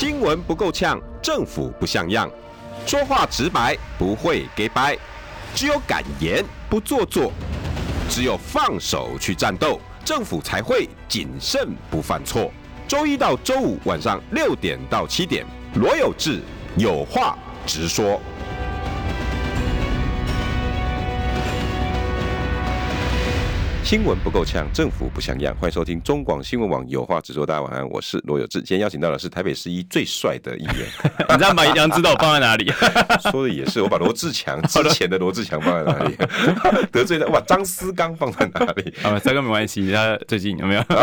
新闻不够呛，政府不像样，说话直白，不会给掰，只有敢言不做作，只有放手去战斗，政府才会谨慎不犯错。周一到周五晚上6点到7点，罗有志有话直说。新闻不够呛，政府不像样。欢迎收听中广新闻网有话直说。大家晚安，我是罗有志。今天邀请到的是台北市一最帅的议员。 你这样把杨指导放在哪里？ 说的也是，我把罗志强之前的罗志强放在哪里？得罪的哇，张思刚放在哪里？ 这个没关系，他最近有没有？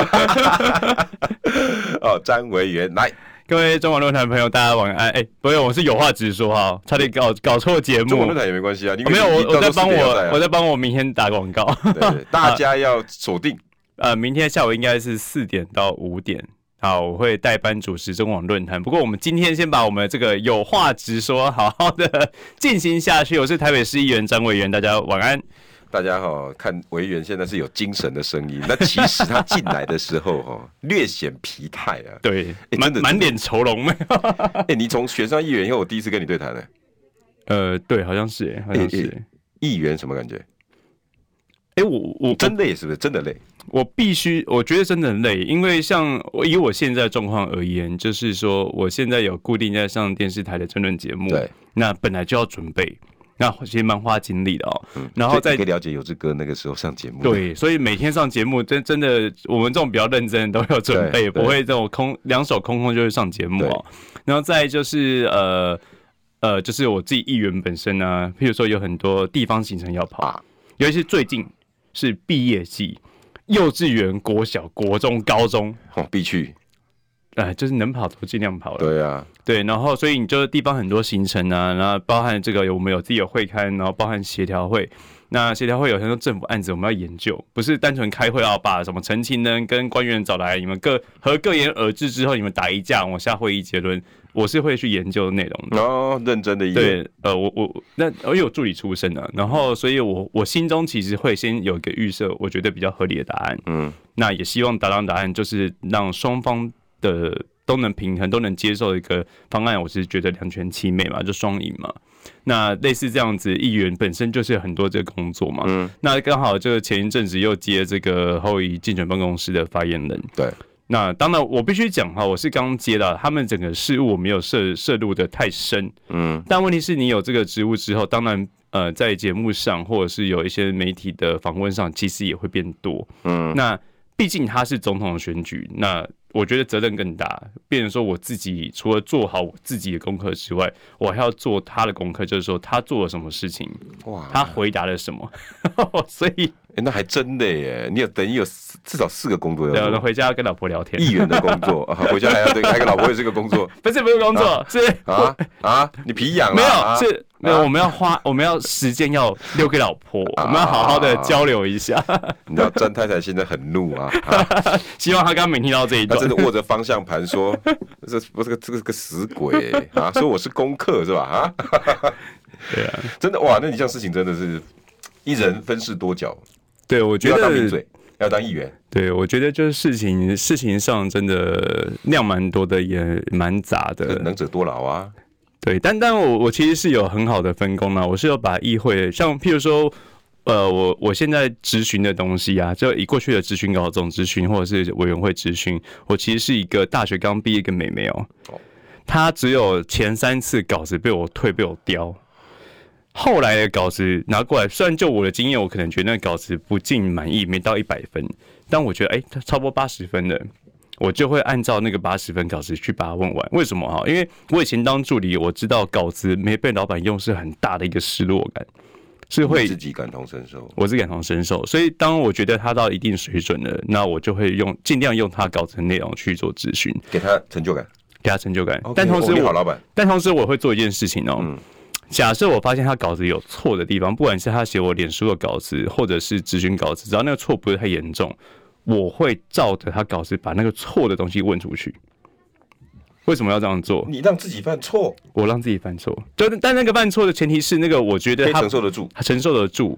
哦，詹维元来。 各位中广论坛朋友，大家晚安。不是，我是有话直说哈，差点搞错节目。 中广论坛也没关系啊， 没有，我在帮我明天打广告。 对，大家要锁定。 明天下午应该是4点到5点。好，我会代班主持中广论坛。不过我们今天先把我们这个有话直说好好的进行下去。我是台北市议员张维元，大家晚安。 大家看维元现在是有精神的声音，那其实他进来的时候略显疲态啊。 对，满脸愁容。 你从选上议员以后，我第一次跟你对谈呢。 对，好像是好像是。 议员什么感觉？ 我真累是不是？真的累？ 我觉得真的很累，因为像以我现在的状况而言，就是说我现在有固定在上电视台的政论节目，对，那本来就要准备。那其实蛮花精力的然后再可以了解有志哥那个时候上节目， 对，所以每天上节目真的，我们这种比较认真的都有准备，不会这种两手空空就会上节目然后再就是就是我自己议员本身呢，譬如说有很多地方行程要跑，尤其是最近是毕业季，幼稚园、国小、国中、高中必去。 就是能跑都尽量跑了。 对啊， 对，然后所以你就地方很多行程啊，然后包含这个我们有自己的会刊，然后包含协调会。那协调会有很多政府案子我们要研究，不是单纯开会要把什么陈情人跟官员找来，你们各言而至之后，你们打一架，我下会议结论。我是会去研究内容的认真的议员。对，我有助理出身的，然后所以我心中其实会先有一个预设，我觉得比较合理的答案。那也希望达到答案，就是让双方的都能平衡，都能接受一个方案，我是觉得两全其美嘛，就双赢嘛。那类似这样子，议员本身就是有很多这个工作嘛。那刚好这个前一阵子又接这个后裔竞选办公室的发言人。 对。 那当然，我必须讲我是刚接到他们整个事务，我没有涉入的太深。但问题是你有这个职务之后，当然在节目上或者是有一些媒体的访问上，其实也会变多。那毕竟他是总统的选举，那我觉得责任更大。变成说我自己除了做好我自己的功课之外，我还要做他的功课，就是说他做了什么事情，他回答了什么。所以那还真的耶，你等于有至少4个工作要做。 对，回家要跟老婆聊天， 议员的工作回家还要跟老婆也是个工作。 不是工作，是你皮痒了？ 没有，是没有。我们要时间要留给老婆，我们要好好的交流一下。 你知道詹太太现在很怒希望她刚刚没听到这一段。 她真的握着方向盘说：“这个死鬼说我是功课是吧？” 对啊， 真的哇，那你这样事情真的是一人分饰多角。 对，我觉得要当名嘴，要当议员。 对，我觉得就是事情上真的量蛮多的，也蛮杂的。 能者多劳啊。 对，但我其实是有很好的分工我是有把议会，像譬如说，我现在质询的东西就以过去的质询稿总质询或者是委员会质询，我其实是一个大学刚毕业一个妹妹她只有前3次稿子被我退被我雕。后来的稿子拿过来，虽然就我的经验，我可能觉得那稿子不尽满意，没到100分，但我觉得它超过80分的，我就会按照那个80分稿子去把它问完。为什么因为我以前当助理，我知道稿子没被老板用是很大的一个失落感，是会自己感同身受。 我是感同身受，所以当我觉得他到一定水准了，那我就会尽量用他稿子的内容去做咨询， 给他成就感， 给他成就感。 但同时我会做一件事情假设我发现他稿子有错的地方，不管是他写我脸书的稿子，或者是质询稿子，只要那个错不是太严重，我会照着他稿子把那个错的东西问出去。为什么要这样做？ 你让自己犯错， 我让自己犯错。但那个犯错的前提是那个我觉得他承受得住， 他承受得住。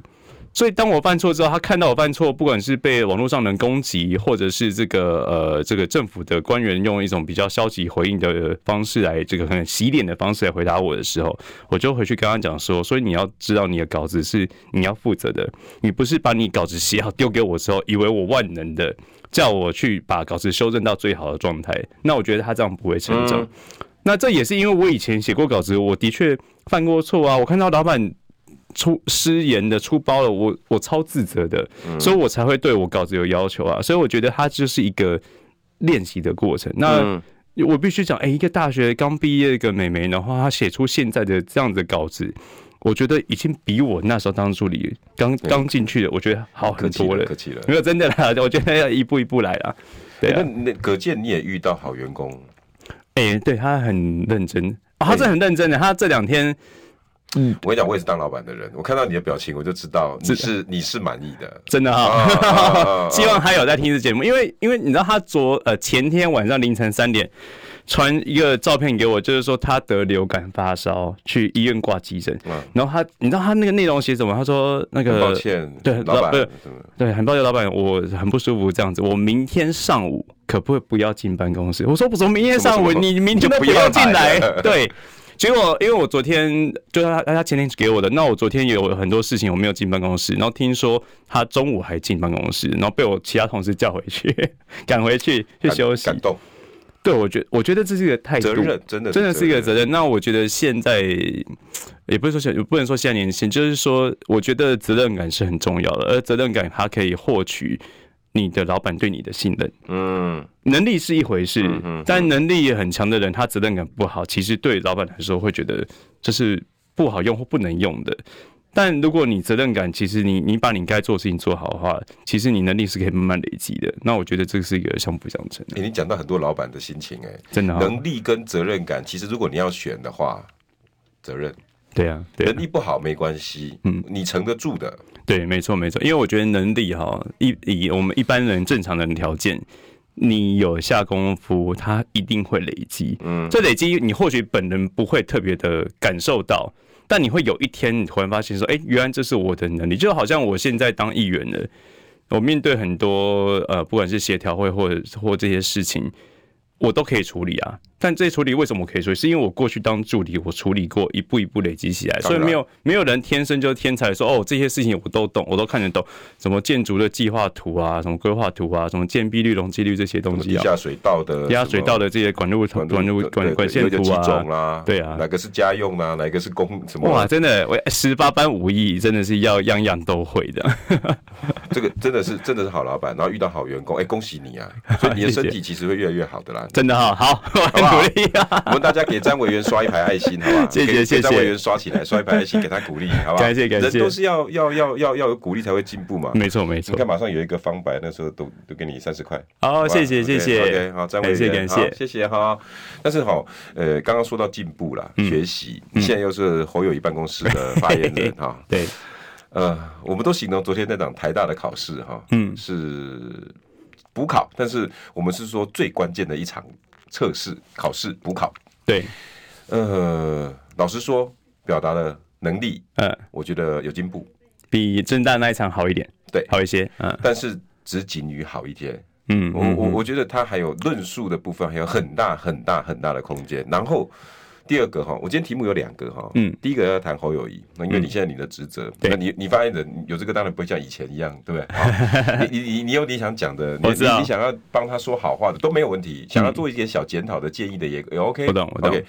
所以当我犯错之后，他看到我犯错，不管是被网络上人攻击，或者是这个政府的官员用一种比较消极回应的方式来这个很洗脸的方式来回答我的时候，我就回去跟他讲说，所以你要知道你的稿子是你要负责的，你不是把你稿子写好丢给我之后，以为我万能的叫我去把稿子修正到最好的状态，那我觉得他这样不会成长。那这也是因为我以前写过稿子，我的确犯过错啊，我看到老板失言的出包了，我超自责的，所以我才会对我稿子有要求啊。所以我觉得它就是一个练习的过程。那我必须讲，一个大学刚毕业的一个妹妹，然后她写出现在的这样的稿子，我觉得已经比我那时候当助理刚进去的，我觉得好很多了。 客气了， 没有真的啦，我觉得要一步一步来啦。对啊， 那可见你也遇到好员工。 对他很认真，他真的很认真的，他这2天。 我跟你讲，我也是当老板的人，我看到你的表情，我就知道你是满意的， 真的希望他有在听这节目，因为你知道他前天晚上凌晨3点传一个照片给我，就是说他得流感发烧，去医院挂急诊。然后你知道他那个内容写什么？他说那个很抱歉， 对老板， 对，很抱歉，老板，我很不舒服，这样子，我明天上午可不可以不要进办公室？我说不，明天上午你明天都不要进来，对。结果，因为我昨天就是他前天给我的，那我昨天有很多事情我没有进办公室，然后听说他中午还进办公室，然后被我其他同事叫回去，赶回去休息。 感动。 对，我觉得这是一个态度， 责任真的是一个责任。那我觉得现在也不能说现在年轻，就是说，我觉得责任感是很重要的，而责任感它可以获取你的老板对你的信任。能力是一回事，但能力很强的人，他责任感不好，其实对老板来说会觉得这是不好用或不能用的。但如果你责任感，其实你把你该做的事情做好的话，其实你能力是可以慢慢累积的。那我觉得这是一个相辅相成的。 你讲到很多老板的心情， 真的能力跟责任感，其实如果你要选的话，责任。 对啊， 能力不好没关系，你撑得住的。 对，没错，因为我觉得能力以我们一般人正常人条件，你有下功夫，它一定会累积。这累积你或许本人不会特别的感受到，但你会有一天你突然发现说，原来这是我的能力。就好像我现在当议员了，我面对很多不管是协调会或这些事情，我都可以处理啊。但这些处理为什么我可以处理？是因为我过去当助理，我处理过，一步一步累积起来，所以没有人天生就是天才说这些事情我都懂，我都看得懂。什么建筑的计划图啊，什么规划图啊，什么建蔽率、容积率这些东西啊， 地下水道的这些管线图啊， 对啊， 哪个是家用啊，哪个是公什么？ 哇，真的，我18般武艺真的是要样样都会的。 这个真的是好老板，然后遇到好员工，恭喜你啊！所以你的身体其实会越来越好的啦。 真的好。努力啊！ 我们大家给詹委员刷一排爱心，好不好？ 谢谢。 给詹委员刷起来，刷一排爱心，给他鼓励，好不好？ 感谢。 人都是要有鼓励才会进步嘛。 没错。 你看，马上有一个方白，那时候都给你30块。 好，谢谢。 OK， 好，詹委员， 感谢， 谢谢哈。但是刚刚说到进步啦，学习，你现在又是侯友宜办公室的发言人哈。 对。 我们都形容昨天那场台大的考试哈，是补考，但是我们是说最关键的一场。考试补考， 对， 老实说，表达的能力，我觉得有进步， 比政大那一场好一点， 对， 好一些， 但是只仅于好一点，我觉得他还有论述的部分还有很大的空间，然后。第二个我今天题目有2个第一个要谈侯友宜，那因为你现在你的职责，那你发言人有这个当然不会像以前一样，对不对？你有你想讲的，你想要帮他说好话的都没有问题，想要做一些小检讨的建议的也 OK， 我懂。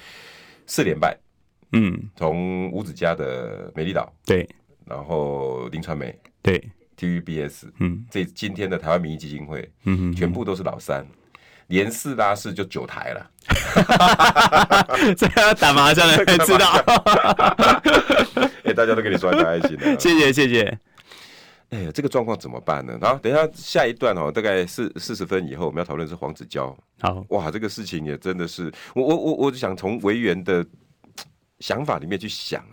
4连败，从吴子嘉的美丽岛， 对， 然后林传媒， 对 ，TVBS，今天的台湾民意基金会，全部都是老三。连4拉4就9台了， 这样打麻将的人知道。 大家都给你刷一排爱心了， 谢谢。 这个状况怎么办呢？然后等一下下一段大概40分以后，我们要讨论是黄子佼。 好， 哇，这个事情也真的是，我想从维园的想法里面去想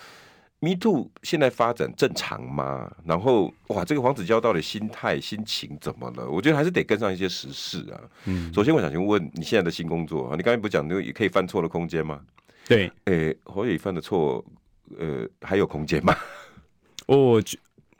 Me Too 现在发展正常吗？然后哇，这个黄子佼到底心态心情怎么了？我觉得还是得跟上一些时事啊。首先我想先问你现在的新工作，你刚才不是讲也可以犯错的空间吗？ 对， 侯友宜犯的错，还有空间吗？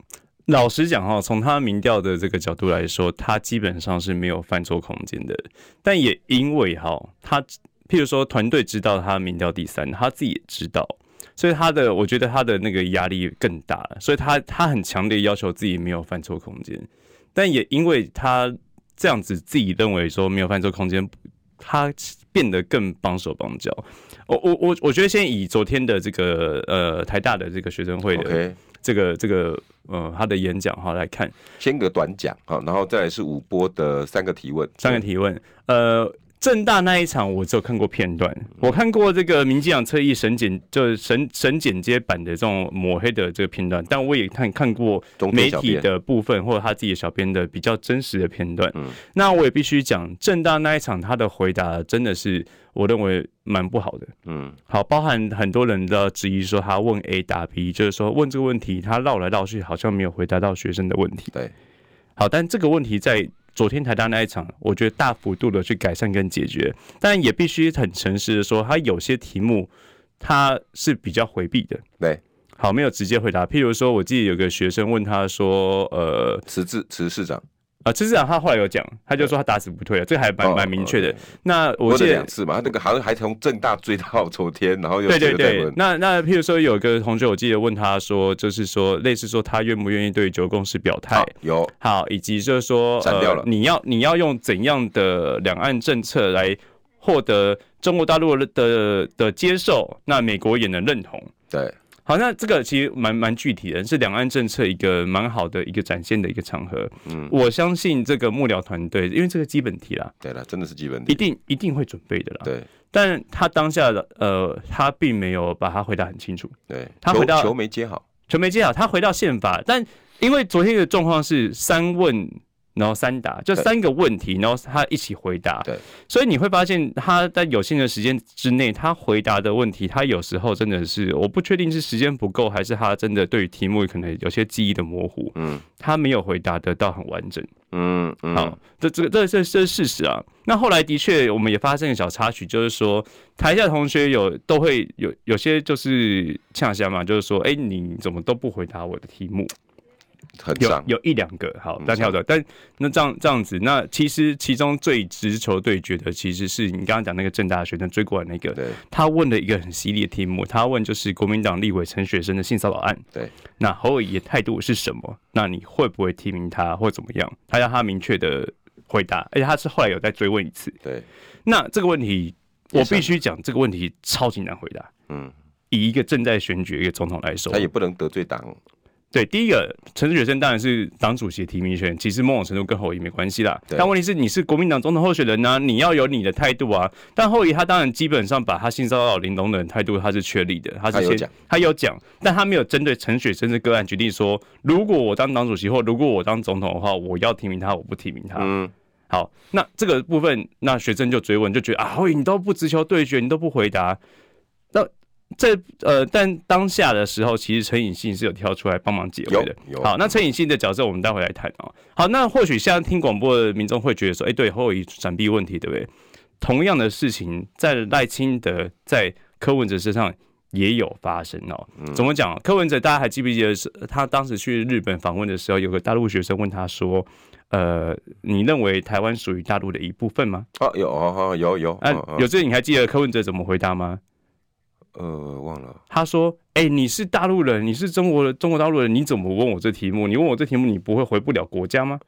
老实讲哈，从他民调的这个角度来说，他基本上是没有犯错空间的。但也因为他譬如说团队知道他民调第3，他自己也知道，所以我觉得他的那个压力更大了，所以他很强烈要求自己没有犯错空间。但也因为他这样子自己认为说没有犯错空间，他变得更帮手帮脚。我觉得先以昨天的这个台大的这个学生会的这个他的演讲来看， 先个短讲然后再来是5波的3个提问。 政大那一场我只有看过片段，我看过这个民进党侧翼神剪接版的这种抹黑的这个片段，但我也看过媒体的部分或者他自己的小编的比较真实的片段。那我也必须讲，政大那一场他的回答真的是我认为蛮不好的。好，包含很多人的质疑说他问 A 答 B， 就是说问这个问题他绕来绕去，好像没有回答到学生的问题。 对， 好，但这个问题在昨天台大那一场，我觉得大幅度的去改善跟解决，但也必须很诚实的说，他有些题目他是比较回避的。 对， 好，没有直接回答。譬如说，我记得有个学生问他说， 池市长。 池市长他后来有讲，他就说他打死不退了，这个还蛮明确的。那我记得 2次嘛，他那个好像还从政大追到昨天，然后又对。那譬如说有个同学，我记得问他说，就是说类似说他愿不愿意对9共识表态，好，以及就是说你要用怎样的两岸政策来获得中国大陆的接受，那美国也能认同。 对。 好，那这个其实蛮具体的，是两岸政策一个蛮好的一个展现的一个场合。我相信这个幕僚团队，因为这个基本题啦， 对啦，真的是基本题， 一定会准备的啦。 对， 但他当下的他并没有把它回答很清楚。 对， 他回到球没接好， 他回到宪法，但因为昨天的状况是3问。然后3答，就3个问题，然后他一起回答。 对， 所以你会发现他在有限的时间之内，他回答的问题，他有时候真的是我不确定是时间不够，还是他真的对于题目可能有些记忆的模糊。他没有回答得到很完整。好，这是事实啊。那后来的确，我们也发生个小插曲，就是说台下同学都会有些就是呛下嘛，就是说，你怎么都不回答我的题目？有1-2个好单挑的，但那这样子，那其实其中最直球对决的，其实是你刚刚讲那个政大学生追过来那个，他问了一个很犀利的题目，他问就是国民党立委陈雪生的性骚扰案，对，那侯友宜的态度是什么？那你会不会提名他或怎么样？他要他明确的回答，而且他是后来有再追问一次，对，那这个问题我必须讲，这个问题超级难回答，以一个正在选举一个总统来说， 他也不能得罪党。 对，第一个陈雪生当然是党主席的提名权，其实某种程度跟侯友宜没关系啦。但问题是你是国民党总统候选人啊，你要有你的态度啊。但侯友宜他当然基本上把他性骚扰林董的态度他是确立的，他有讲，但他没有针对陈雪生的个案决定说，如果我当党主席或如果我当总统的话，我要提名他，我不提名他。好，那这个部分，那学生就追问，就觉得侯友宜你都不直球对决，你都不回答，那。但当下的时候，其实陈颖信是有跳出来帮忙解围的。好，那陈颖信的角色我们待会来谈哦。好，那或许现在听广播的民众会觉得说，对，侯友宜闪避问题，对不对？同样的事情在赖清德、在柯文哲身上也有发生哦。怎么讲？柯文哲大家还记不记得是他当时去日本访问的时候，有个大陆学生问他说：“你认为台湾属于大陆的一部分吗？” 有。 有这你还记得柯文哲怎么回答吗？ 忘了。 他说：“你是大陆人，你是中国大陆人，你怎么问我这题目？你问我这题目，你不会回不了国家吗？”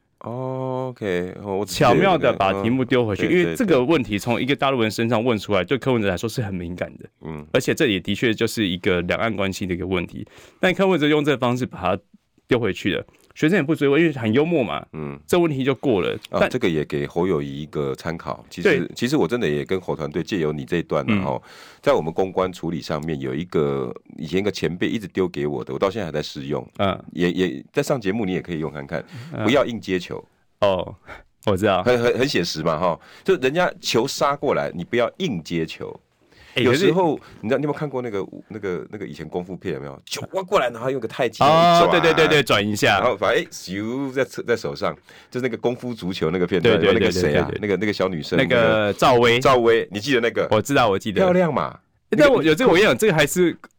OK， 我巧妙的把题目丢回去，因为这个问题从一个大陆人身上问出来，对柯文哲来说是很敏感的。而且这也的确就是一个两岸关系的一个问题。但柯文哲用这个方式把它丢回去了。学生也不追问，因为很幽默嘛，这问题就过了。 但这个也给侯友宜一个参考。其实我真的也跟侯团队借由你这一段在我们公关处理上面有一个以前一个前辈一直丢给我的，我到现在还在试用。也在上节目你也可以用看看，不要硬接球。 我知道， 很写实嘛就人家球杀过来，你不要硬接球。有时候你有没有看过那个以前功夫片有没有？球挖过来，然后用个太极对，转一下， 然后把咻在手上，就是那个功夫足球那个片段，那个谁啊？那个小女生， 那个赵薇， 你记得那个？ 我知道，我记得， 漂亮嘛。 但我有这个，我跟你讲，这个还是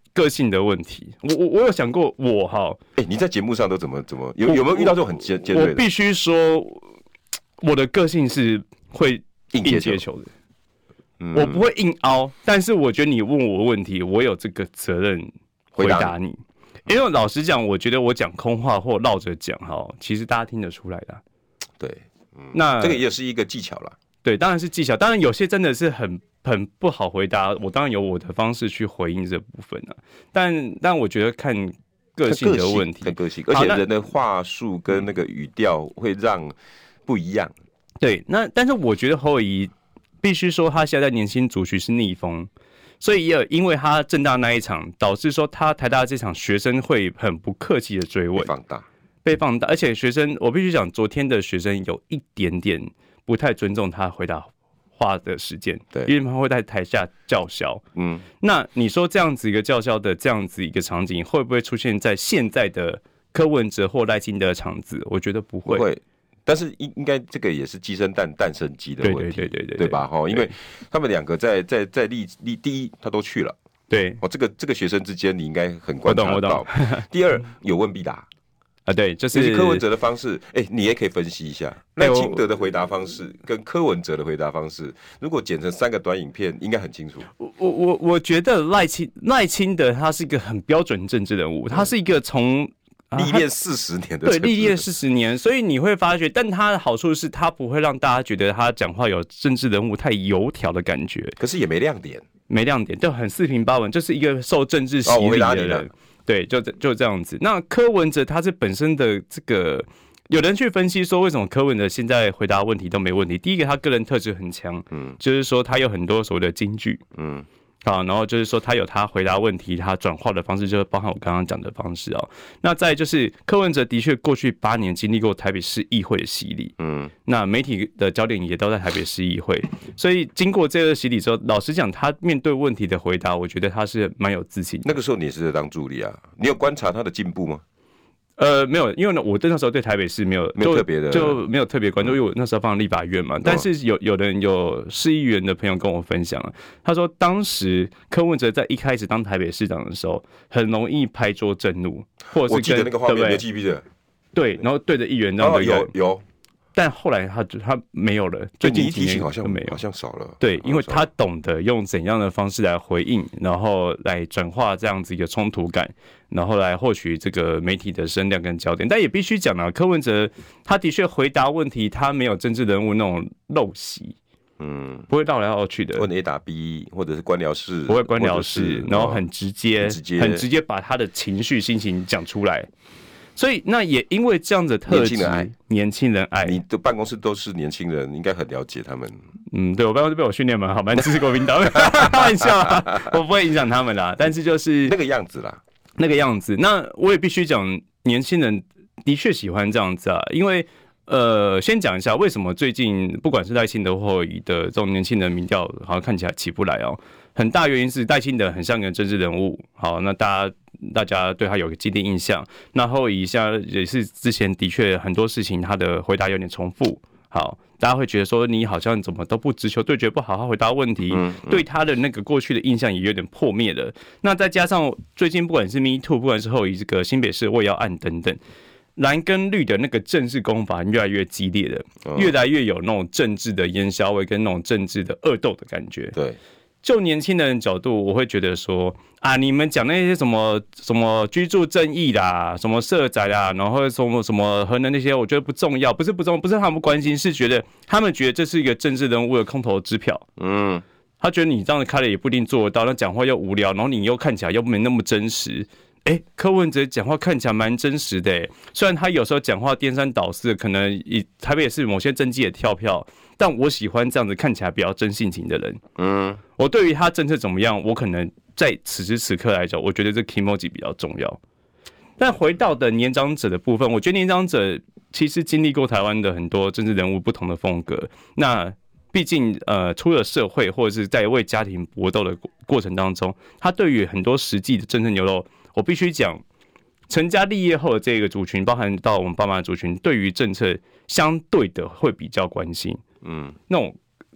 个性的问题。我有想过你在节目上都怎么有没有遇到这种很尖锐的？ 我必须说，我的个性是会硬接球的。我不会硬凹，但是我觉得你问我问题，我有这个责任回答你。因为老实讲，我觉得我讲空话或绕着讲其实大家听得出来的。 对，那这个也是一个技巧啦。 对，当然是技巧。当然有些真的是很不好回答，我当然有我的方式去回应这部分但我觉得看个性的问题， 看个性，而且人的话术跟那个语调会让不一样。 对，但是我觉得侯友宜必须说，他现在年轻族群是逆风，所以也因为他政大那一场，导致说他台大这场学生会很不客气的追问，被放大，而且学生我必须讲，昨天的学生有一点点不太尊重他回答话的时间，对，因为他会在台下叫嚣。那你说这样子一个叫嚣的这样子一个场景，会不会出现在现在的柯文哲或赖清德的场子？我觉得不会。 不会，但是应该这个也是鸡生蛋，蛋生鸡的问题，对吧？因为他们两个在第一，他都去了， 对， 这个学生之间你应该很观察到。第二，有问必答。 对，就是柯文哲的方式，你也可以分析一下赖清德的回答方式跟柯文哲的回答方式，如果剪成3个短影片，应该很清楚。 我觉得赖清德他是一个很标准政治人物，他是一个从历练40年的， 对，历练40年，所以你会发觉，但他的好处是他不会让大家觉得他讲话有政治人物太油条的感觉， 可是也没亮点， 就很四平八稳，就是一个受政治洗礼的人。对，就这样子。那柯文哲他是本身的这个，有人去分析说，为什么柯文哲现在回答问题都没问题？第一个，他个人特质很强，就是说他有很多所谓的金句，然后就是说他有他回答问题，他转化的方式，就是包含我刚刚讲的方式那再就是柯文哲的确过去8年经历过台北市议会的洗礼，那媒体的焦点也都在台北市议会，所以经过这个洗礼之后，老实讲，他面对问题的回答，我觉得他是蛮有自信的。 那个时候你也是在当助理啊，你有观察他的进步吗？ 没有，因为我那时候对台北市没有特别的， 就没有特别关注，因为我那时候放立法院嘛。但是有人有市议员的朋友跟我分享他说当时柯文哲在一开始当台北市长的时候，很容易拍桌震怒，或者是我记得那个画面，你记不记得？ 对，然后对着议员这样的有。 但后来他没有了，最近几年好像少了。 对，因为他懂得用怎样的方式来回应，然后来转化这样子一个冲突感，然后来获取这个媒体的声量跟焦点。但也必须讲柯文哲他的确回答问题，他没有政治人物那种陋习，不会绕来绕去的。 问 A 打 B， 或者是官僚式， 不会官僚式，然后很直接把他的情绪心情讲出来。所以那也因为这样的特质，年轻人爱你的办公室都是年轻人，应该很了解他们。 对，我办公室被我训练蛮好，蛮支持国民党。开玩笑我不会影响他们啦，但是就是那个样子啦， 那个样子。那我也必须讲，年轻人的确喜欢这样子因为先讲一下为什么最近不管是赖清德或侯友宜的这种年轻人民调，好像看起来起不来很大原因是赖清德很像个政治人物，好，那大家对他有个既定印象。那侯友宜也是之前的确很多事情他的回答有点重复，好，大家会觉得说你好像怎么都不直球对决，不好好回答问题，对他的那个过去的印象也有点破灭了。那再加上最近不管是 Me Too， 不管是侯友宜这个新北市卫药案等等，蓝跟绿的那个政治攻防越来越激烈了，越来越有那种政治的烟硝味跟那种政治的恶斗的感觉。 对。 就年轻人的角度，我会觉得说你们讲那些什么居住正义啦，什么社宅啦，然后什么核能那些，我觉得不重要，不是他们不关心，是他们觉得这是一个政治人物的空头支票。他觉得你这样子开了也不一定做得到，那讲话又无聊，然后你又看起来又没那么真实。柯文哲讲话看起来蛮真实的虽然他有时候讲话颠三倒四，可能台北也是某些政绩也跳票，但我喜欢这样子看起来比较真性情的人。我对于他政策怎么样，我可能在此时此刻来讲，我觉得这 Kimoji 比较重要。但回到的年长者的部分，我觉得年长者其实经历过台湾的很多政治人物不同的风格。那毕竟出了社会或者是在为家庭搏斗的过程当中，他对于很多实际的政策牛肉，我必须讲，成家立业后的这个族群，包含到我们爸妈的族群，对于政策相对的会比较关心。那种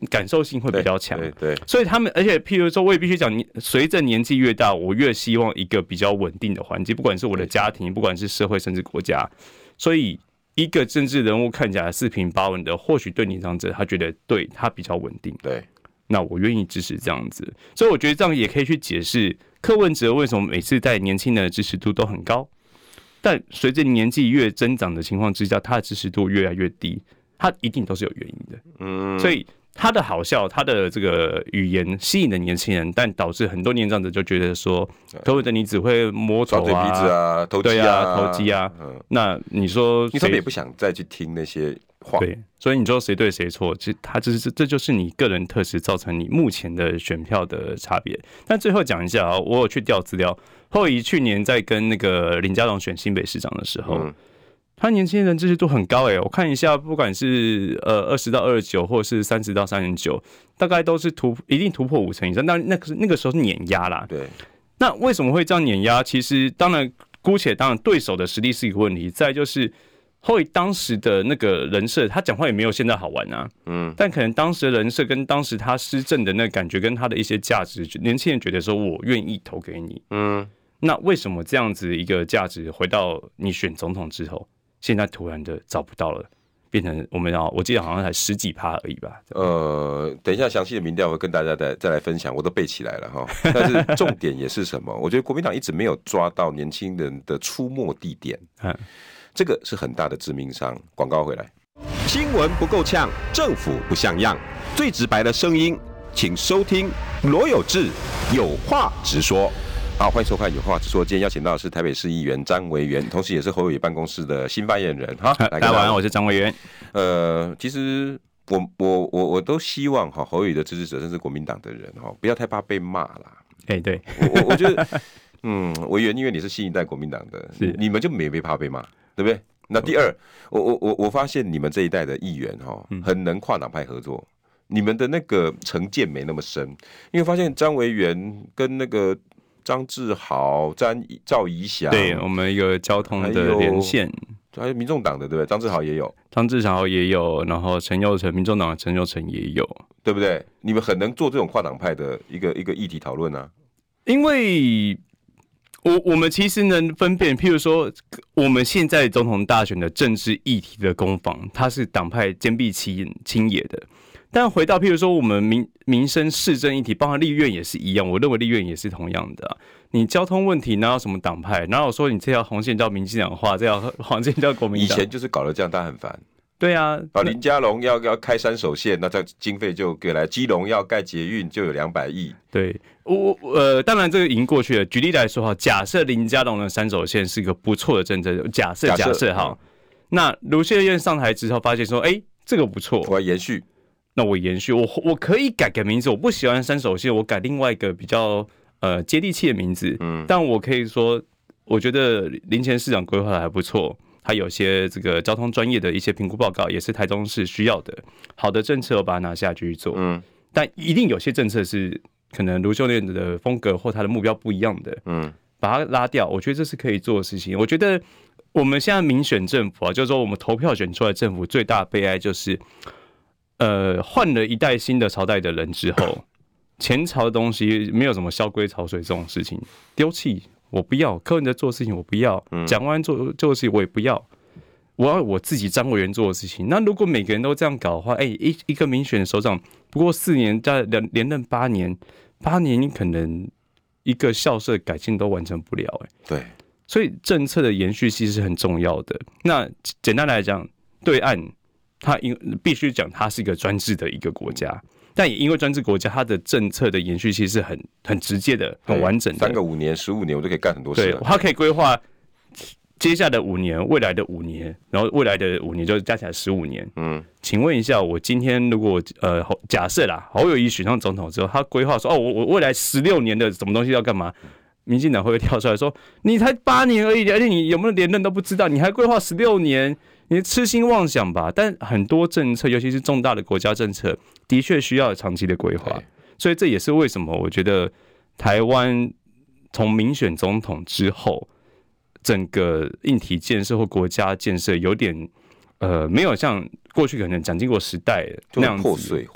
感受性会比较强。 对， 所以他们，而且譬如说，我也必须讲，随着年纪越大，我越希望一个比较稳定的环境，不管是我的家庭，不管是社会，甚至国家。所以，一个政治人物看起来四平八稳的，或许对年长者他觉得对他比较稳定。 对， 那我愿意支持这样子。所以我觉得这样也可以去解释柯文哲为什么每次在年轻人的支持度都很高，但随着年纪越增长的情况之下，他的支持度越来越低。他一定都是有原因的，所以他的好笑，他的这个语言吸引了年轻人，但导致很多年长者就觉得说，柯文哲你只会摸头嘴皮子啊，投机啊， 投机啊。那你说， 他们也不想再去听那些话， 对，所以你说谁对谁错，其实这就是你个人特质造成你目前的选票的差别。但最后讲一下啊，我有去调资料，后移去年在跟那个林佳龙选新北市长的时候。他年轻人支持度很高我看一下，不管是20到29，或者是30到39，大概都是一定突破50%以上。但那个时候是碾压啦。 对。那为什么会这样碾压？其实当然对手的实力是一个问题，再来就是后羿当时的那个人设，他讲话也没有现在好玩啊。但可能当时的人设跟当时他施政的那个感觉跟他的一些价值，年轻人觉得说我愿意投给你。那为什么这样子一个价值回到你选总统之后？现在突然的找不到了，变成我记得好像才10几%而已吧。 等一下详细的民调会跟大家再来分享，我都背起来了哈。但是重点也是什么？我觉得国民党一直没有抓到年轻人的出没地点，这个是很大的致命伤。广告回来， 新闻不够呛，政府不像样，最直白的声音，请收听罗有志有话直说。 好，欢迎收看《有话直说》。今天邀请到的是台北市议员张维源，同时也是侯友宜办公室的新发言人。哈， 大家晚安，我是张维源。 其实我都希望侯友宜的支持者，甚至国民党的人不要太怕被骂啦。 对， 我觉得，维源，因为你是新一代国民党的，你们就没怕被骂，对不对？那第二，我发现你们这一代的议员很能跨党派合作，你们的那个成见没那么深，因为发现张维源跟那个。张志豪、赵怡翔， 对我们一个交通的连线， 还有民众党的，对不对？张志豪也有， 然后陈佑成，民众党的陈佑成也有， 对不对？你们很能做这种跨党派的一个议题讨论啊。 因为我们其实能分辨，譬如说我们现在总统大选的政治议题的攻防，它是党派坚壁清野的。但回到譬如说我们民生市政议题，包括立院也是一样，我认为立院也是同样的你交通问题哪有什么党派，哪有说你这条红线叫民进党画，这条红线叫国民党？ 以前就是搞得这样，大家很烦。 对啊， 林佳龙要开3手线，那这经费就给来；基隆要盖捷运就有200亿。 对，当然这个已经过去了。举例来说假设林佳龙的3手线是个不错的政策，假设好，那卢秀燕上台之后发现说，这个不错， 我要延续。 那我延续，我可以改个名字，我不喜欢3手线，我改另外一个比较接地气的名字。但我可以说，我觉得林前市长规划的还不错，他有些这个交通专业的一些评估报告，也是台中市需要的好的政策，我把它拿下去做。但一定有些政策是可能卢秀燕的风格或他的目标不一样的，把它拉掉，我觉得这是可以做的事情。我觉得我们现在民选政府就是说我们投票选出来的政府最大的悲哀就是。换了一代新的朝代的人之后，前朝的东西没有什么萧规曹水这种事情，丢弃我不要，柯文哲做的事情我不要，蒋万安做的事情我也不要，我要我自己张委员做的事情。那如果每个人都这样搞的话，一个民选的首长不过4年，再连任8年，8年你可能一个校舍改进都完成不了对， 所以政策的延续其实是很重要的。那简单来讲，对岸。他必须讲，它是一个专制的一个国家，但也因为专制国家，它的政策的延续其实是很直接的、很完整的。 3个5年、15年，我都可以干很多事。 对，它可以规划接下来的5年、未来的5年，然后未来的5年就加起来15年。请问一下，我今天如果假设啦，侯友宜选上总统之后，他规划说，我未来16年的什么东西要干嘛？民进党会不会跳出来说，你才8年而已，而且你有没有连任都不知道，你还规划16年？你痴心妄想吧，但很多政策，尤其是重大的国家政策，的确需要长期的规划。所以这也是为什么我觉得台湾从民选总统之后，整个硬体建设或国家建设有点没有像过去可能蒋经国时代那样子破碎化，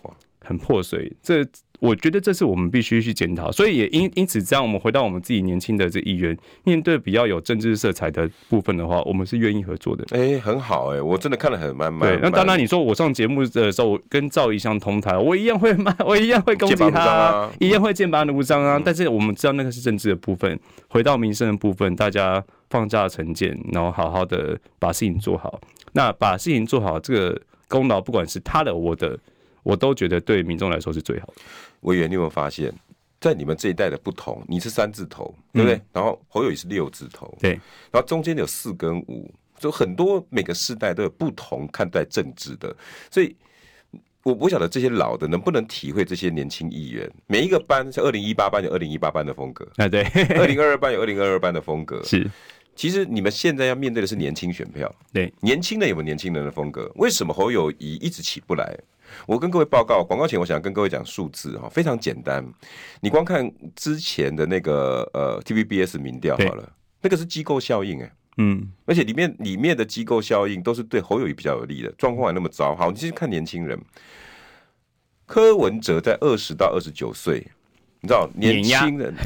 很破碎，我觉得这是我们必须去检讨，所以也因此这样，我们回到我们自己年轻的这议员，面对比较有政治色彩的部分的话，我们是愿意合作的。 很好我真的看得很慢。 对，那当然你说我上节目的时候，我跟赵怡翔同台，我一样会我一样会攻击他，一样会剑拔弩张啊。但是我们知道那个是政治的部分，回到民生的部分，大家放下成见，然后好好的把事情做好。那把事情做好，这个功劳不管是他的我的。我都觉得对民众来说是最好的。 委员，你有没有发现，在你们这一代的不同，你是3字头，对不对？然后侯友宜是6字头， 对， 然后中间有4跟5，就很多每个世代都有不同看待政治的，所以我不晓得这些老的能不能体会这些年轻议员，每一个班像2018班有2018班的风格， 对 ，2022班有2022班的风格， 是。 其实你们现在要面对的是年轻选票， 对， 年轻人有没有年轻人的风格？为什么侯友宜一直起不来？我跟各位报告，广告前我想跟各位讲数字非常简单，你光看之前的那个TVBS 民调好了，那个是机构效应而且里面的机构效应都是对侯友宜比较有利的，状况还那么糟。好，你继续看年轻人，柯文哲在20到29岁，你知道年轻人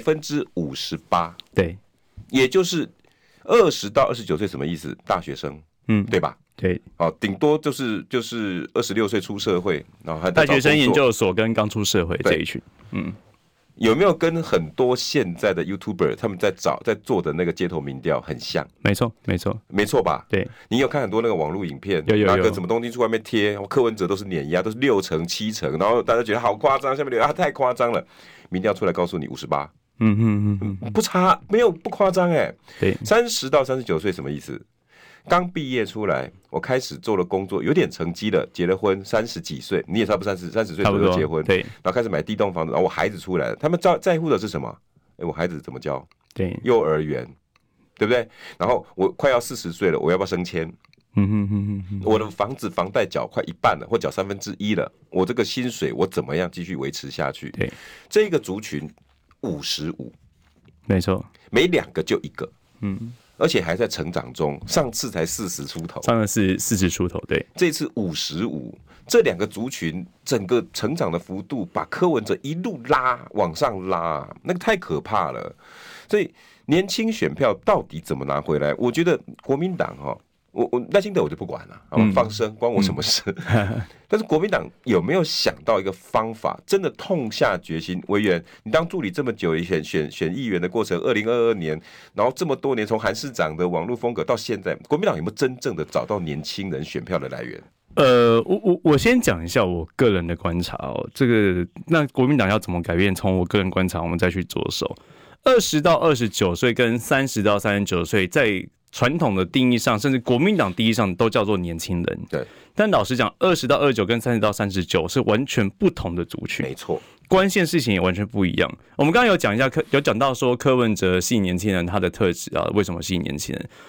58%， 对， 也就是20到29岁什么意思？大学生，对吧？ 对， 顶多就是26岁出社会，然后还大学生、研究所跟刚出社会这一群， 有没有跟很多现在的 YouTuber 他们在做的那个街头民调很像？ 没错， 没错吧？ 对， 你有看很多那个网络影片， 有拿个什么东西去外面贴，柯文哲都是碾压，都是6成、7成，然后大家觉得好夸张，下面留言太夸张了，民调出来告诉你58%，不差，没有不夸张对 ，30到39岁什么意思？刚毕业出来，我开始做了工作，有点成绩了，结了婚30几岁，你也差不多30岁左右结婚， 对， 然后开始买第一栋房子，然后我孩子出来了，他们在乎的是什么？我孩子怎么教？ 对， 幼儿园，对不对？然后我快要40岁了，我要不要升迁？我的房子房贷缴快一半了，或缴1/3了，我这个薪水我怎么样继续维持下去？ 对， 这个族群55， 没错， 每2个就1个，而且还在成长中，上次才40出头， 上次是40出头，对， 这次55，这2个族群整个成长的幅度，把柯文哲一路往上拉，那个太可怕了。所以年轻选票到底怎么拿回来？我觉得国民党我赖清德我就不管了，放生关我什么事？但是国民党有没有想到一个方法，真的痛下决心？委员，你当助理这么久，选议员的过程，2022年，然后这么多年，从韩市长的网络风格到现在，国民党有没有真正的找到年轻人选票的来源？ 我先讲一下我个人的观察这个那国民党要怎么改变？从我个人观察，我们再去着手。20到29岁跟30到39岁，在传统的定义上，甚至国民党定义上都叫做年轻人。 对， 但老实讲，20到29跟30到39是完全不同的族群。 没错， 关键事情也完全不一样。我们刚刚有讲一下，有讲到说柯文哲吸引年轻人他的特质为什么吸引年轻人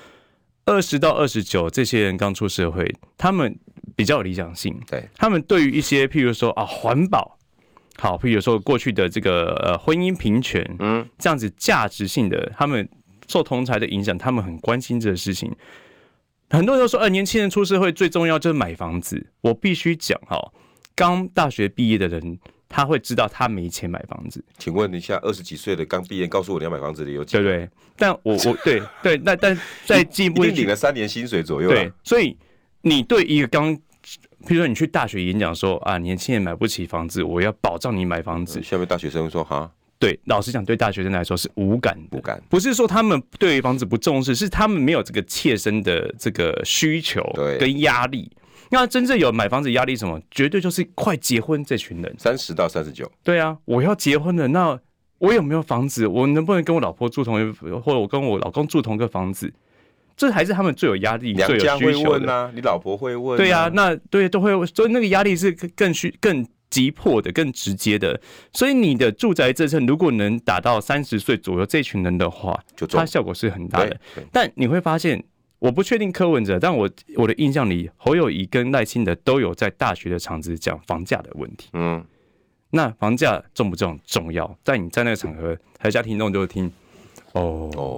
？20到29这些人刚出社会，他们比较有理想性， 对， 他们对于一些譬如说环保。好，譬如说过去的这个婚姻平权，这样子价值性的，他们受同侪的影响，他们很关心这个事情。很多人都说，年轻人出社会最重要就是买房子。我必须讲，刚大学毕业的人，他会知道他没钱买房子。 请问一下，20几岁的刚毕业，告诉我你要买房子的有几个？ 对不对？但我对，但再进一步， 一定领了3年薪水左右。 对，所以你对一个譬如说你去大学演讲说年轻人买不起房子，我要保障你买房子。 下面大学生说哈， 对，老实讲，对大学生来说是无感的，不是说他们对于房子不重视，是他们没有这个切身的这个需求跟压力。那真正有买房子压力什么？绝对就是快结婚这群人 ，30到39。 对啊，我要结婚了，那我有没有房子？我能不能跟我老婆住同一，或者我跟我老公住同一个房子？这还是他们最有压力、最有需求的。 娘家会问啊，你老婆会问。 对啊，那对都会，所以那个压力是更急迫的、更直接的。所以你的住宅政策如果能达到30岁左右这群人的话，它效果是很大的。但你会发现，我不确定柯文哲，但我的印象里，侯友宜跟赖清德都有在大学的场子讲房价的问题。那房价重不重要？在你在那个场合，台下听众就会听。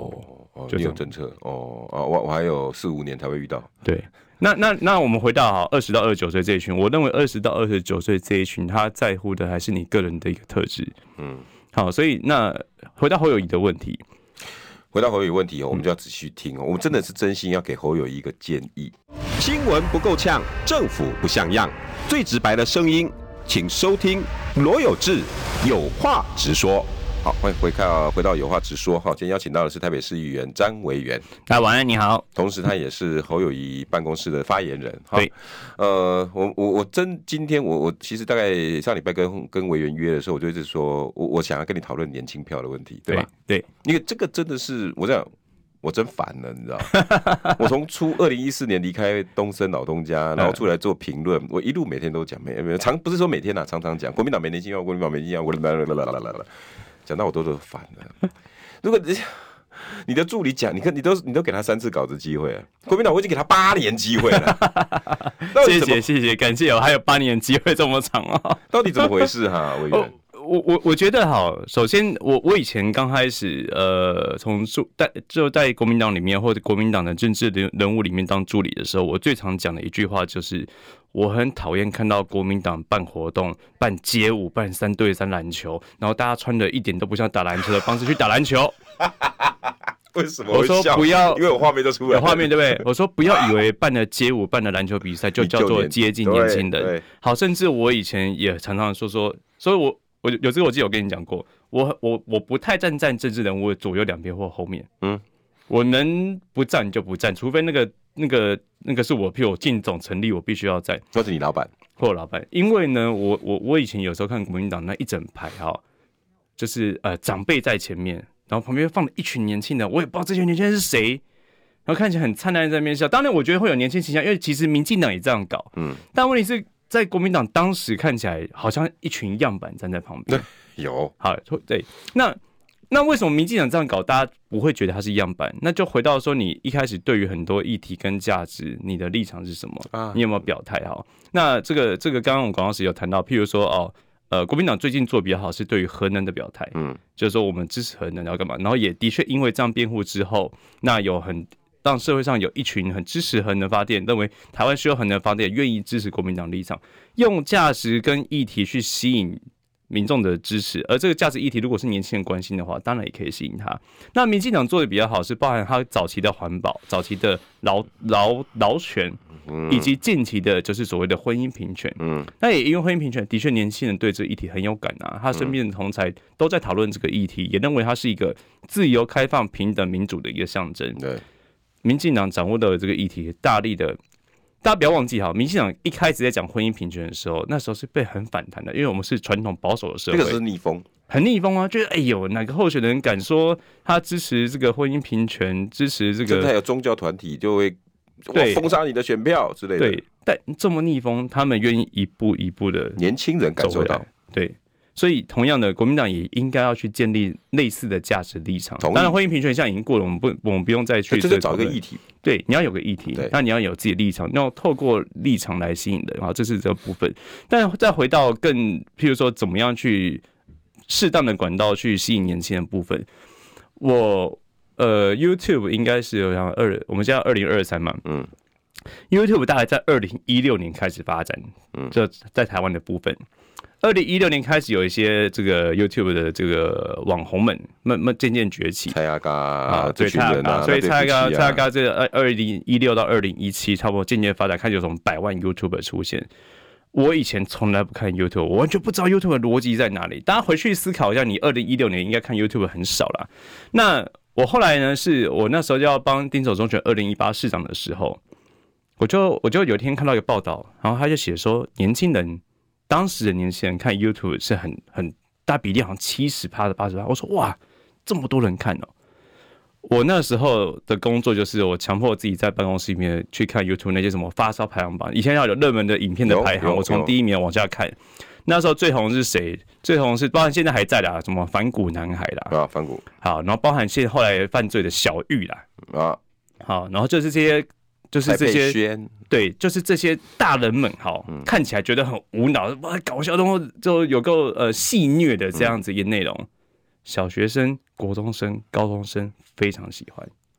你有政策我还有4-5年才会遇到。 对，那我们回到20到29岁这一群，我认为20到29岁这一群，他在乎的还是你个人的一个特质。好，所以那回到侯友宜的问题。 回到侯友宜问题我们就要仔细听我们真的是真心要给侯友宜一个建议。 新闻不够呛，政府不像样，最直白的声音，请收听罗有志有话直说。 好，欢迎回到有话直说。今天邀请到的是台北市议员詹维元。 大家晚安，你好。 同时他也是侯友宜办公室的发言人。 对， 今天我其实大概上礼拜跟维元约的时候，我就一直说我想要跟你讨论年轻票的问题，对吧？ 对， 因为这个真的是我真烦了，你知道我从2014年离开东森老东家，然后出来做评论，我一路每天都讲，不是说每天常常讲国民党没年轻票，国民党没年轻票，讲到我都烦了。如果你的助理讲，你都给他3次稿子机会了，国民党我已经给他8年机会了。 谢谢，感谢还有8年机会这么长到底怎么回事哈？委员， 我觉得首先我以前刚开始在国民党里面或者国民党的政治人物里面当助理的时候，我最常讲的一句话就是。我很讨厌看到国民党办活动、办街舞、办3对3篮球，然后大家穿的一点都不像打篮球的方式去打篮球。 为什么？ 我说不要， 因为我画面都出来了， 有画面对不对？我说不要以为办了街舞、办了篮球比赛就叫做接近年轻人。好，甚至我以前也常常说，所以我有这个我记得我跟你讲过，我不太站政治人物的左右两边或后面。我能不站就不站，除非那个是我，譬如我进总成立，我必须要在， 或者你老板， 或我老板，因为呢，我以前有时候看国民党那一整排就是长辈在前面，然后旁边放了一群年轻人，我也不知道这些年轻人是谁，然后看起来很灿烂在那边笑。当然，我觉得会有年轻形象，因为其实民进党也这样搞，但问题是在国民党当时看起来好像一群样板站在旁边， 有好对那为什么民进党这样搞，大家不会觉得它是样板？那就回到说，你一开始对于很多议题跟价值，你的立场是什么？你有没有表态？那这个刚刚我们广告时有谈到，譬如说国民党最近做比较好是对于核能的表态，就是说我们支持核能要干嘛？然后也的确因为这样辩护之后，那让社会上有一群很支持核能发电，认为台湾需要核能发电，愿意支持国民党立场，用价值跟议题去吸引民众的支持，而这个价值议题如果是年轻人关心的话，当然也可以吸引他。那民进党做的比较好是包含他早期的环保、早期的劳权，以及近期的就是所谓的婚姻平权。那也因为婚姻平权，的确年轻人对这个议题很有感啊，他身边的同侪都在讨论这个议题，也认为它是一个自由、开放、平等、民主的一个象征。对，民进党掌握的这个议题，大力的。大家不要忘记民进党一开始在讲婚姻平权的时候，那时候是被很反弹的，因为我们是传统保守的社会， 那个是逆风， 很逆风啊！就是哪个候选人敢说他支持这个婚姻平权，支持这个， 甚至还有宗教团体就会封杀你的选票之类的。 对，但这么逆风，他们愿意一步一步的， 年轻人感受到， 对。所以，同样的，国民党也应该要去建立类似的价值立场。当然，婚姻平权现在已经过了，我们不用再去。 就是找一个议题。 对，你要有个议题，那你要有自己的立场，你要透过立场来吸引人，这是这个部分。但再回到譬如说，怎么样去适当的管道去吸引年轻人的部分，YouTube 应该是我们现在2023嘛，YouTube 大概在2016年开始发展，就在台湾的部分。2016年开始有一些这个 YouTube 的这个网红们渐渐崛起， 蔡阿嘎对蔡阿嘎，所以蔡阿嘎这个2016到2017差不多渐渐发展，开始有什么100万 YouTuber 出现。我以前从来不看 YouTube， 我完全不知道 YouTube 的逻辑在哪里。大家回去思考一下，你2016年应该看 YouTube 很少啦。那我后来呢，是我那时候要帮丁守中选2018市长的时候，我就有一天看到一个报道，然后他就写说当时的年轻人看 YouTube 是很大比例，好像70%的80%。我说哇，这么多人看哦！我那时候的工作就是我强迫自己在办公室里面去看 YouTube 那些什么发烧排行榜，以前要有热门的影片的排行，我从第一名往下看。那时候最红是谁？最红是包含现在还在啦，什么反骨男孩啦， 反骨好，然后包含现在后来犯罪的小玉啦，好，然后就是这些。就是这些，对，就是这些大人们，看起来觉得很无脑，搞笑，然后就有够戏谑的这样子一个内容，小学生、国中生、高中生非常喜欢。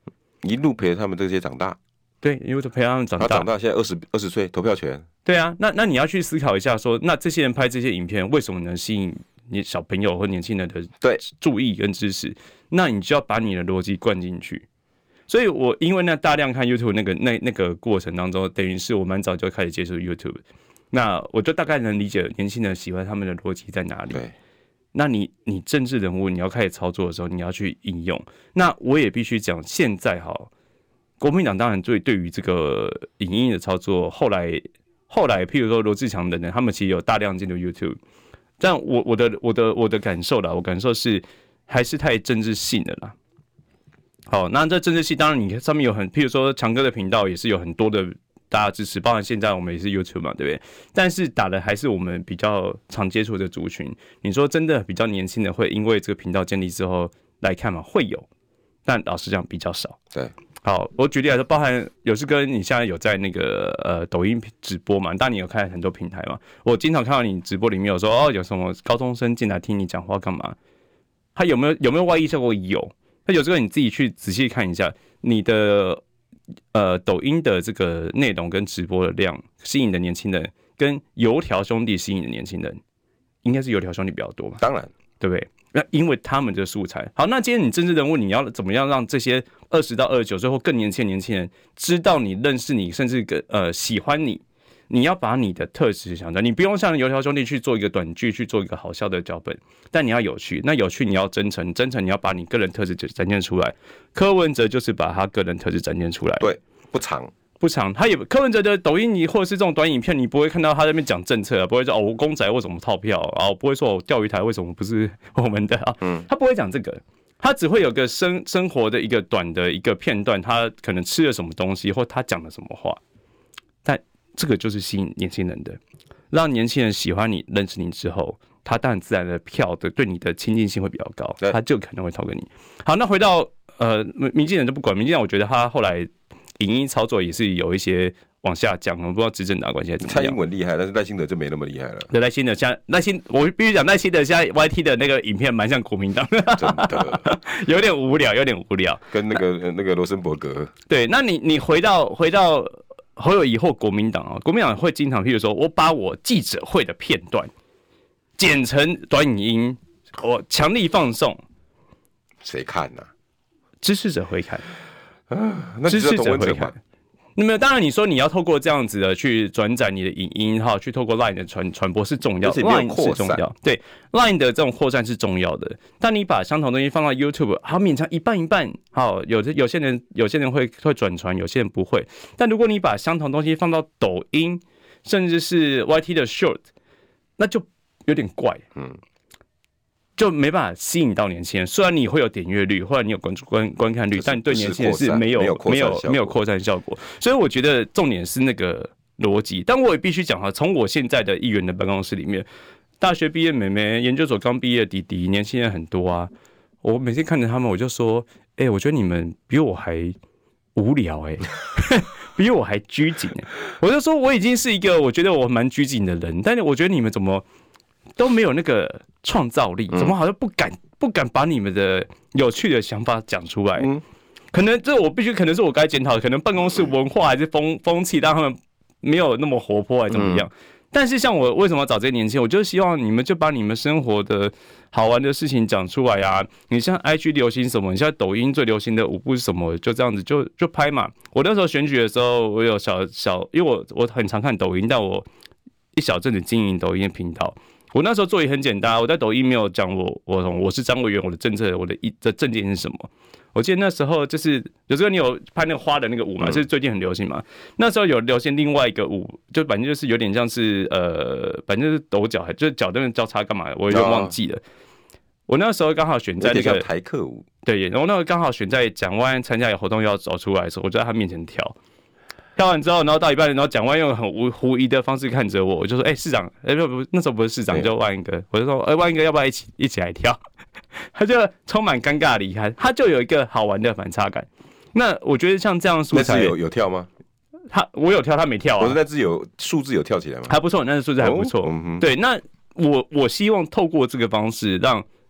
一路陪着他们这些长大。 对，因为陪他们长大， 他长大现在20岁，投票权。 对啊，那你要去思考一下说，那这些人拍这些影片为什么能吸引你小朋友或年轻人的注意跟支持？那你就要把你的逻辑灌进去。所以我因为那大量看 YouTube 那个过程当中，等于是我蛮早就开始接触 YouTube， 那我就大概能理解年轻人喜欢他们的逻辑在哪里。 对， 那你政治人物你要开始操作的时候，你要去应用。那我也必须讲，现在国民党当然对于这个影音的操作，后来譬如说罗志强等人，他们其实有大量进入 YouTube， 但我的感受啦，我感受是还是太政治性的啦。好，那这政治性当然你上面有譬如说强哥的频道也是有很多的大家支持，包含现在我们也是 YouTube 嘛，对不对？但是打的还是我们比较常接触的族群。你说真的比较年轻的会因为这个频道建立之后来看嘛？会有，但老实讲比较少。 对。 好，我举例来说，包含有是跟你现在有在那个抖音直播嘛，但你有开很多平台嘛，我经常看到你直播里面有说有什么高中生进来听你讲话干嘛？他有没有外溢效果？有。那有这个你自己去仔细看一下，你的抖音的这个内容跟直播的量吸引的年轻人，跟油条兄弟吸引的年轻人，应该是油条兄弟比较多嘛？ 当然， 对不对？那因为他们的素材好，那今天你政治人物，你要怎么样让这些20到29岁或更年轻的年轻人知道你、认识你，甚至喜欢你？你要把你的特质想到，你不用像油条兄弟去做一个短剧，去做一个好笑的脚本，但你要有趣。那有趣你要真诚，真诚你要把你个人特质展现出来。柯文哲就是把他个人特质展现出来， 对，不长。 他也柯文哲的抖音或者是这种短影片，你不会看到他在那边讲政策，不会说我公仔为什么套票啊，我不会说我钓鱼台为什么不是我们的啊，他不会讲这个，他只会有个生活的一个短的一个片段，他可能吃了什么东西，或他讲了什么话，但这个就是吸引年轻人的，让年轻人喜欢你、认识你之后，他当然自然的票的对你的亲近性会比较高，他就可能会投给你。好，那回到民进党就不管，民进党我觉得他后来影音操作也是有一些往下降，我不知道执政党关系还是怎么样。 蔡英文厉害，但是赖清德就没那么厉害了。 对，赖清德我必须讲赖清德现在 YT 的那个影片蛮像国民党， 真的有点无聊， 跟那个罗森伯格。 对，那你回到侯友宜或国民党啊，国民党会经常，譬如说我把我记者会的片段剪成短影音，我强力放送， 谁看啊？ 支持者会看。 那支持者会看，那么当然你说你要透过这样子的去转载你的影音哈，去透过 LINE 的传播是重要的 ，LINE 是重要，对 LINE 的这种扩散是重要的。但你把相同东西放到 YouTube， 好勉强一半一半，好有些人会转传，有些人不会。但如果你把相同东西放到抖音，甚至是 YT 的 Short， 那就有点怪，就没办法吸引到年轻人。虽然你会有点阅率，或者你有观看率，但对年轻人是没有扩散效果。所以我觉得重点是那个逻辑。但我也必须讲哈，从我现在的议员的办公室里面，大学毕业妹妹、研究所刚毕业的弟弟，年轻人很多啊。我每天看着他们，我就说：我觉得你们比我还无聊比我还拘谨我就说我已经是一个我觉得我蛮拘谨的人，但是我觉得你们怎么都没有那个创造力，怎么好像不敢把你们的有趣的想法讲出来？可能这我必须可能是我该检讨的，可能办公室文化还是风气让他们没有那么活泼，还是怎么样？但是像我为什么要找这些年轻人？我就希望你们就把你们生活的好玩的事情讲出来啊！你像 IG 流行什么，你现在抖音最流行的舞步是什么？就这样子就拍嘛。我那时候选举的时候，我有小，因为我很常看抖音，但我一小阵子经营抖音的频道。我那时候做也很简单，我在抖音没有讲我是张委员，我的政策，我的政见是什么。我记得那时候就是有时候你有拍那个花的那个舞嘛，是最近很流行嘛。那时候有流行另外一个舞，就反正就是有点像是反正就是抖脚，就是脚跟交叉干嘛的，我有点忘记了。我那时候刚好选在那个台客舞，对， 然后那个刚好选在蒋万安参加活动要走出来的时候，我就在他面前跳。跳完之后，然后到一半，然后蒋万用很狐疑的方式看着我，我就说：“市长，不，那时候不是市长，就万一哥。”我就说：“万一哥，要不要一起来跳？”他就充满尴尬离开，他就有一个好玩的反差感。那我觉得像这样素材， 那次有跳吗？ 我有跳，他没跳啊。 我说那次数字有跳起来吗？ 还不错，那次数字还不错。对，那我希望透过这个方式让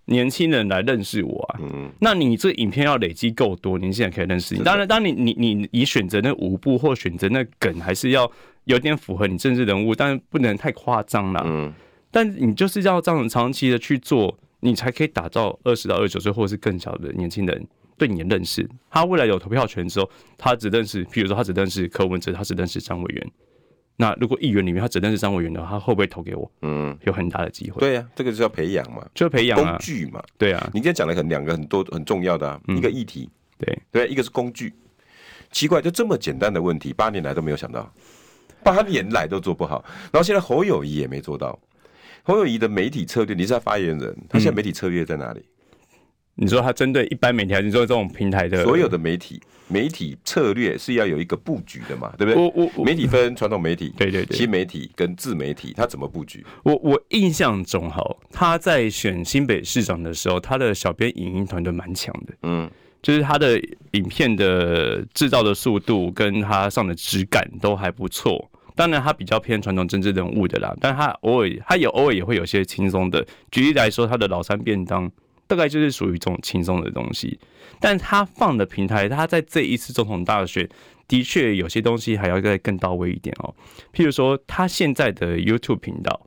年轻人来认识我啊。那你这影片要累积够多，年轻人可以认识你。当然，当你选择那舞步或选择那梗，还是要有点符合你政治人物，但是不能太夸张啦。但你就是要这样长期的去做，你才可以打造20到29岁或者是更小的年轻人对你的认识。他未来有投票权之后，他只认识，譬如说他只认识柯文哲，他只认识张委员。那如果议员里面他只认识张委员的话，他会不会投给我？有很大的机会。 对啊，这个就是要培养嘛， 就培养工具嘛。对啊，你今天讲了两个很重要的啊，一个议题，对，一个是工具。奇怪，就这么简单的问题，8年来都没有想到，8年来都做不好，然后现在侯友宜也没做到。侯友宜的媒体策略，你是他发言人，他现在媒体策略在哪里？ 你说他针对一般媒体，还是说这种平台的所有的媒体策略是要有一个布局的嘛，对不对？媒体分传统媒体、 对新媒体跟自媒体，他怎么布局？ 我印象中他在选新北市长的时候，他的小编影音团队蛮强的，就是他的影片的制造的速度跟他上的质感都还不错。当然，他比较偏传统政治人物的啦，但他偶尔也会有些轻松的。举例来说，他的老三便当大概就是属于这种轻松的东西。但他放的平台，他在这一次总统大选，的确有些东西还要再更到位一点哦。譬如说，他现在的 YouTube 频道，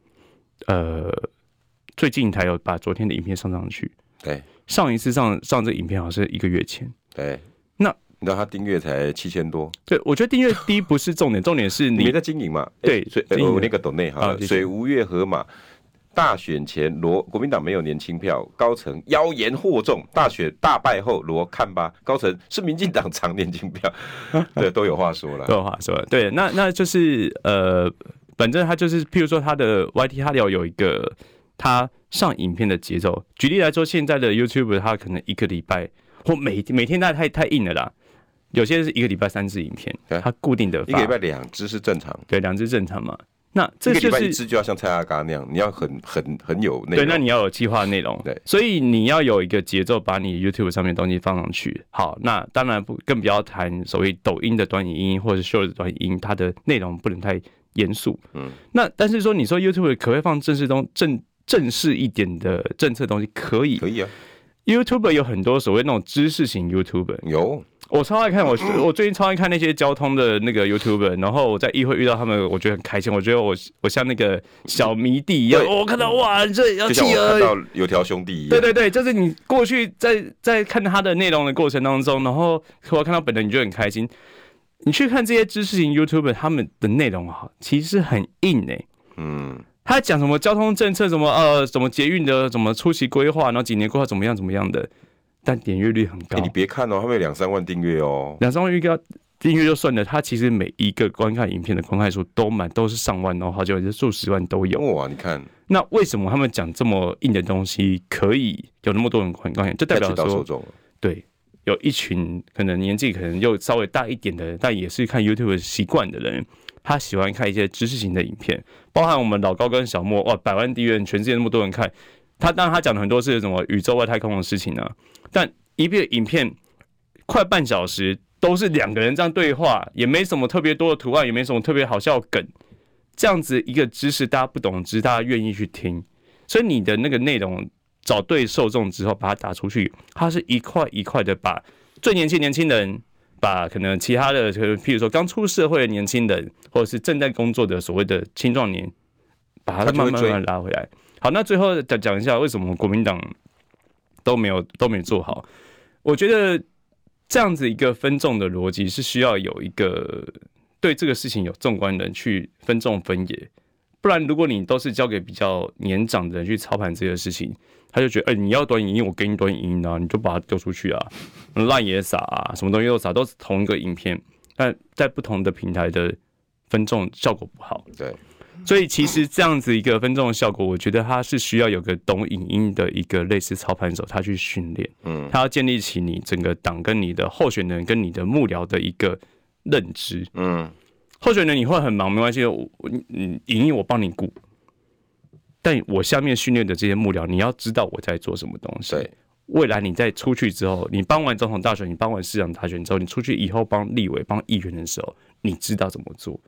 最近才有把昨天的影片上去。 对， 上一次上这个影片好像是1个月前。 对， 那他订阅才7000多。 对，我觉得订阅低不是重点，重点是你没在经营嘛？ 对， 所以我那个抖内哈，水无月河马。大选前国民党没有年轻票，高层妖言惑众，大选大败后看吧，高层是民进党藏年轻票，对，都有话说了， 都有话说了。对，那就是反正他就是，譬如说他的 YT， 他要有一个他上影片的节奏。举例来说，现在的 YouTuber 他可能1个礼拜或每天太硬了啦。有些是1个礼拜3支影片，他固定的发 1个礼拜2支是正常， 对，2支正常嘛。那这就是 1个礼拜1支就要像蔡阿嘎那样，你要很有内容。 对，那你要有计划内容。 对， 所以你要有一个节奏，把你 YouTube 上面的东西放上去。好，那当然更不要谈所谓抖音的短影音或者 Short 的短影音，它的内容不能太严肃。那但是说你说 YouTube 可不可以放正式一点的政策东西？可以啊。 YouTuber 有很多所谓那种知识型 YouTuber， 有。 我超爱看，我最近超爱看那些交通的那个 YouTuber， 然后我在议会遇到他们，我觉得很开心。我觉得我像那个小迷弟一样，我看到哇，这要企鹅，就像我看到油条兄弟一样。 对，就是你过去在看他的内容的过程当中，然后我看到本人，你就很开心。你去看这些知识型 YouTuber， 他们的内容其实很硬他讲什么交通政策，什么捷运的，怎么初期规划，然后几年规划怎么样的。但点阅率很高， 你别看他们有2-3万订阅哦 ，2-3万订阅就算了，他其实每一个观看影片的观看数都是上万，然后好几万、数十万都有。 哇，你看， 那为什么他们讲这么硬的东西可以有那么多人观看？就代表说，对，有一群可能年纪可能又稍微大一点的，但也是看 YouTube 习惯的人，他喜欢看一些知识型的影片，包含我们老高跟小莫，哇，100万订阅，全世界那么多人看。当然他讲的很多是什么宇宙外太空的事情啊，但一部影片快半小时都是2个人这样对话，也没什么特别多的图案，也没什么特别好笑的梗，这样子一个知识大家不懂知，大家愿意去听，所以你的那个内容找对受众之后把它打出去，它是一块一块的把最年轻人，把可能其他的譬如说刚出社会的年轻人，或者是正在工作的所谓的青壮年，把它慢慢拉回来。好，那最后讲一下为什么国民党都没有做好。我觉得这样子一个分众的逻辑是需要有一个对这个事情有纵观人去分众分野，不然如果你都是交给比较年长的人去操盘这些事情，他就觉得你要短影音我给你短影音啊，你就把它丢出去啊，LINE也撒啊，什么东西都撒，都是同一个影片，但在不同的平台的分众效果不好。 对。 所以其实这样子一个分众的效果，我觉得他是需要有个懂影音的一个类似操盘手，他去训练，他要建立起你整个党跟你的候选人跟你的幕僚的一个认知，候选人你会很忙没关系，影音我帮你顾，但我下面训练的这些幕僚，你要知道我在做什么东西。 对， 未来你再出去之后，你帮完总统大选，你帮完市长大选之后，你出去以后帮立委、帮议员的时候，你知道怎么做。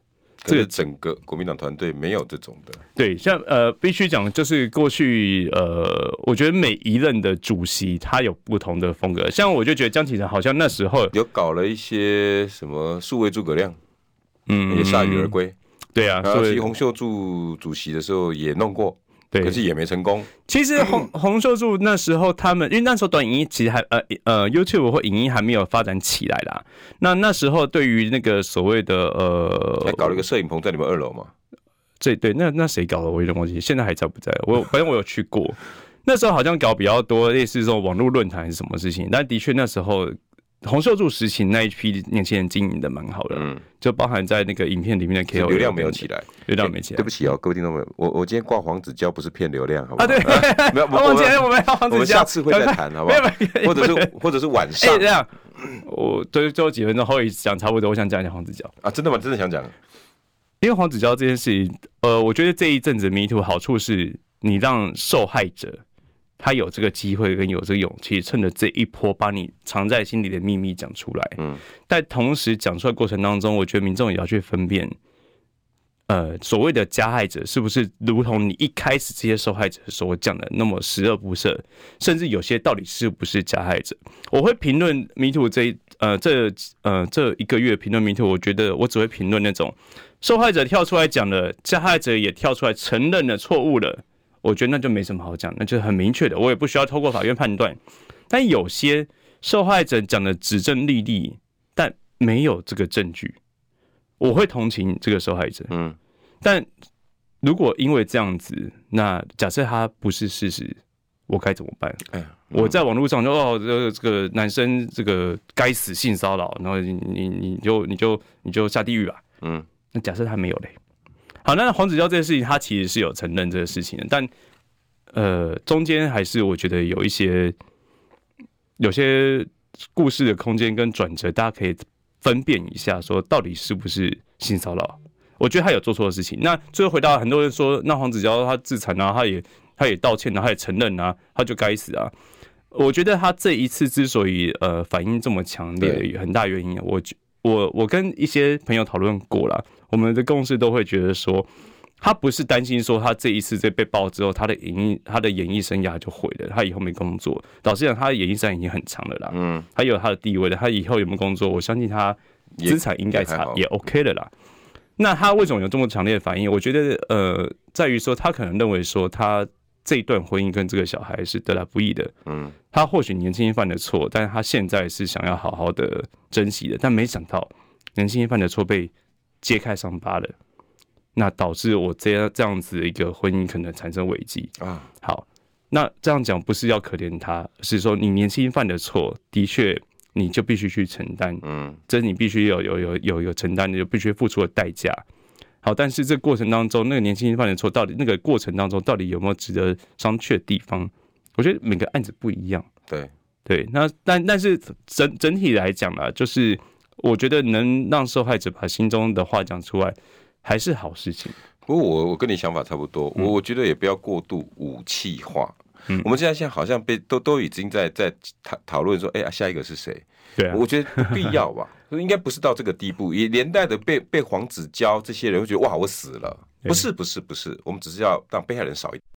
可是整个国民党团队没有这种的。 对，像必须讲，就是过去我觉得每一任的主席他有不同的风格。像我就觉得江启臣好像那时候有搞了一些什么数位诸葛亮，也铩羽而归。 对啊， 所以洪秀柱主席的时候也弄过。对，可是也没成功。 其实洪秀柱那时候他们，因为那时候短影音其实还YouTube 或影音还没有发展起来啦。那时候对于那个所谓的还搞了一个摄影棚在你们2楼嘛。 对，那谁搞的我有点忘记，现在还在不在？反正我有去过。那时候好像搞比较多类似这种网络论坛还是什么事情，但的确那时候洪秀柱时期那一批年轻人经营的蛮好的，就包含在那个影片里面的 KOL 流量没有起来， 流量没起来。 对不起哦，各位听众朋友，我今天挂黄子佼不是骗流量，好不好？ 对， 没有，我们下次会再谈，好不好？或者是晚上。 这样，我最后几分钟后讲差不多，我想讲一下黄子佼啊，真的吗？真的想讲？ 因为黄子佼这件事情，我觉得这一阵子 Me Too 好处是你让受害者。他有这个机会跟有这个勇气，趁着这一波把你藏在心里的秘密讲出来。但同时讲出来过程当中，我觉得民众也要去分辨，所谓的加害者是不是如同你一开始这些受害者所讲的那么十恶不赦，甚至有些到底是不是加害者？我会评论 Me Too 这一个月评论 Me Too， 我觉得我只会评论那种受害者跳出来讲了，加害者也跳出来承认了错误了。我觉得那就没什么好讲，那就是很明确的，我也不需要透过法院判断。但有些受害者讲的指证历历，但没有这个证据，我会同情这个受害者。但如果因为这样子，那假设他不是事实，我该怎么办？我在网络上就这个男生这个该死性骚扰，然后你就下地狱吧。那假设他没有嘞？好，那黄子佼这件事情，他其实是有承认这个事情的，但中间还是我觉得有些故事的空间跟转折，大家可以分辨一下，说到底是不是性骚扰。我觉得他有做错的事情。那最后回到很多人说，那黄子佼他自残啊，他也道歉啊，他也承认啊，他就该死啊。我觉得他这一次之所以反应这么强烈，很大原因，我跟一些朋友讨论过啦，我们的共识都会觉得说，他不是担心说他这一次被爆之后，他的演艺生涯就毁了，他以后没工作。老实讲，他的演艺生涯已经很长了啦，他有他的地位了，他以后有没有工作，我相信他资产应该也 OK 了啦。那他为什么有这么强烈的反应？我觉得在于说他可能认为说他这一段婚姻跟这个小孩是得来不易的，他或许年轻犯的错，但是他现在是想要好好的珍惜的，但没想到年轻犯的错被揭开伤疤了，那导致我这样子的一个婚姻可能产生危机啊。好，那这样讲不是要可怜他，是说你年轻犯的错，的确你就必须去承担，这你必须有承担的，就必须付出的代价。好，但是这过程当中，那个年轻犯的错，到底那个过程当中到底有没有值得商榷的地方？我觉得每个案子不一样。对，那但是整体来讲啦，就是我觉得能让受害者把心中的话讲出来，还是好事情。 不过我跟你想法差不多，我觉得也不要过度武器化。我们现在好像都已经在讨论说，下一个是谁？ 对啊， 我觉得不必要吧，应该不是到这个地步，也连带的被黄子佼这些人会觉得哇，我死了。不是，我们只是要让被害人少一点。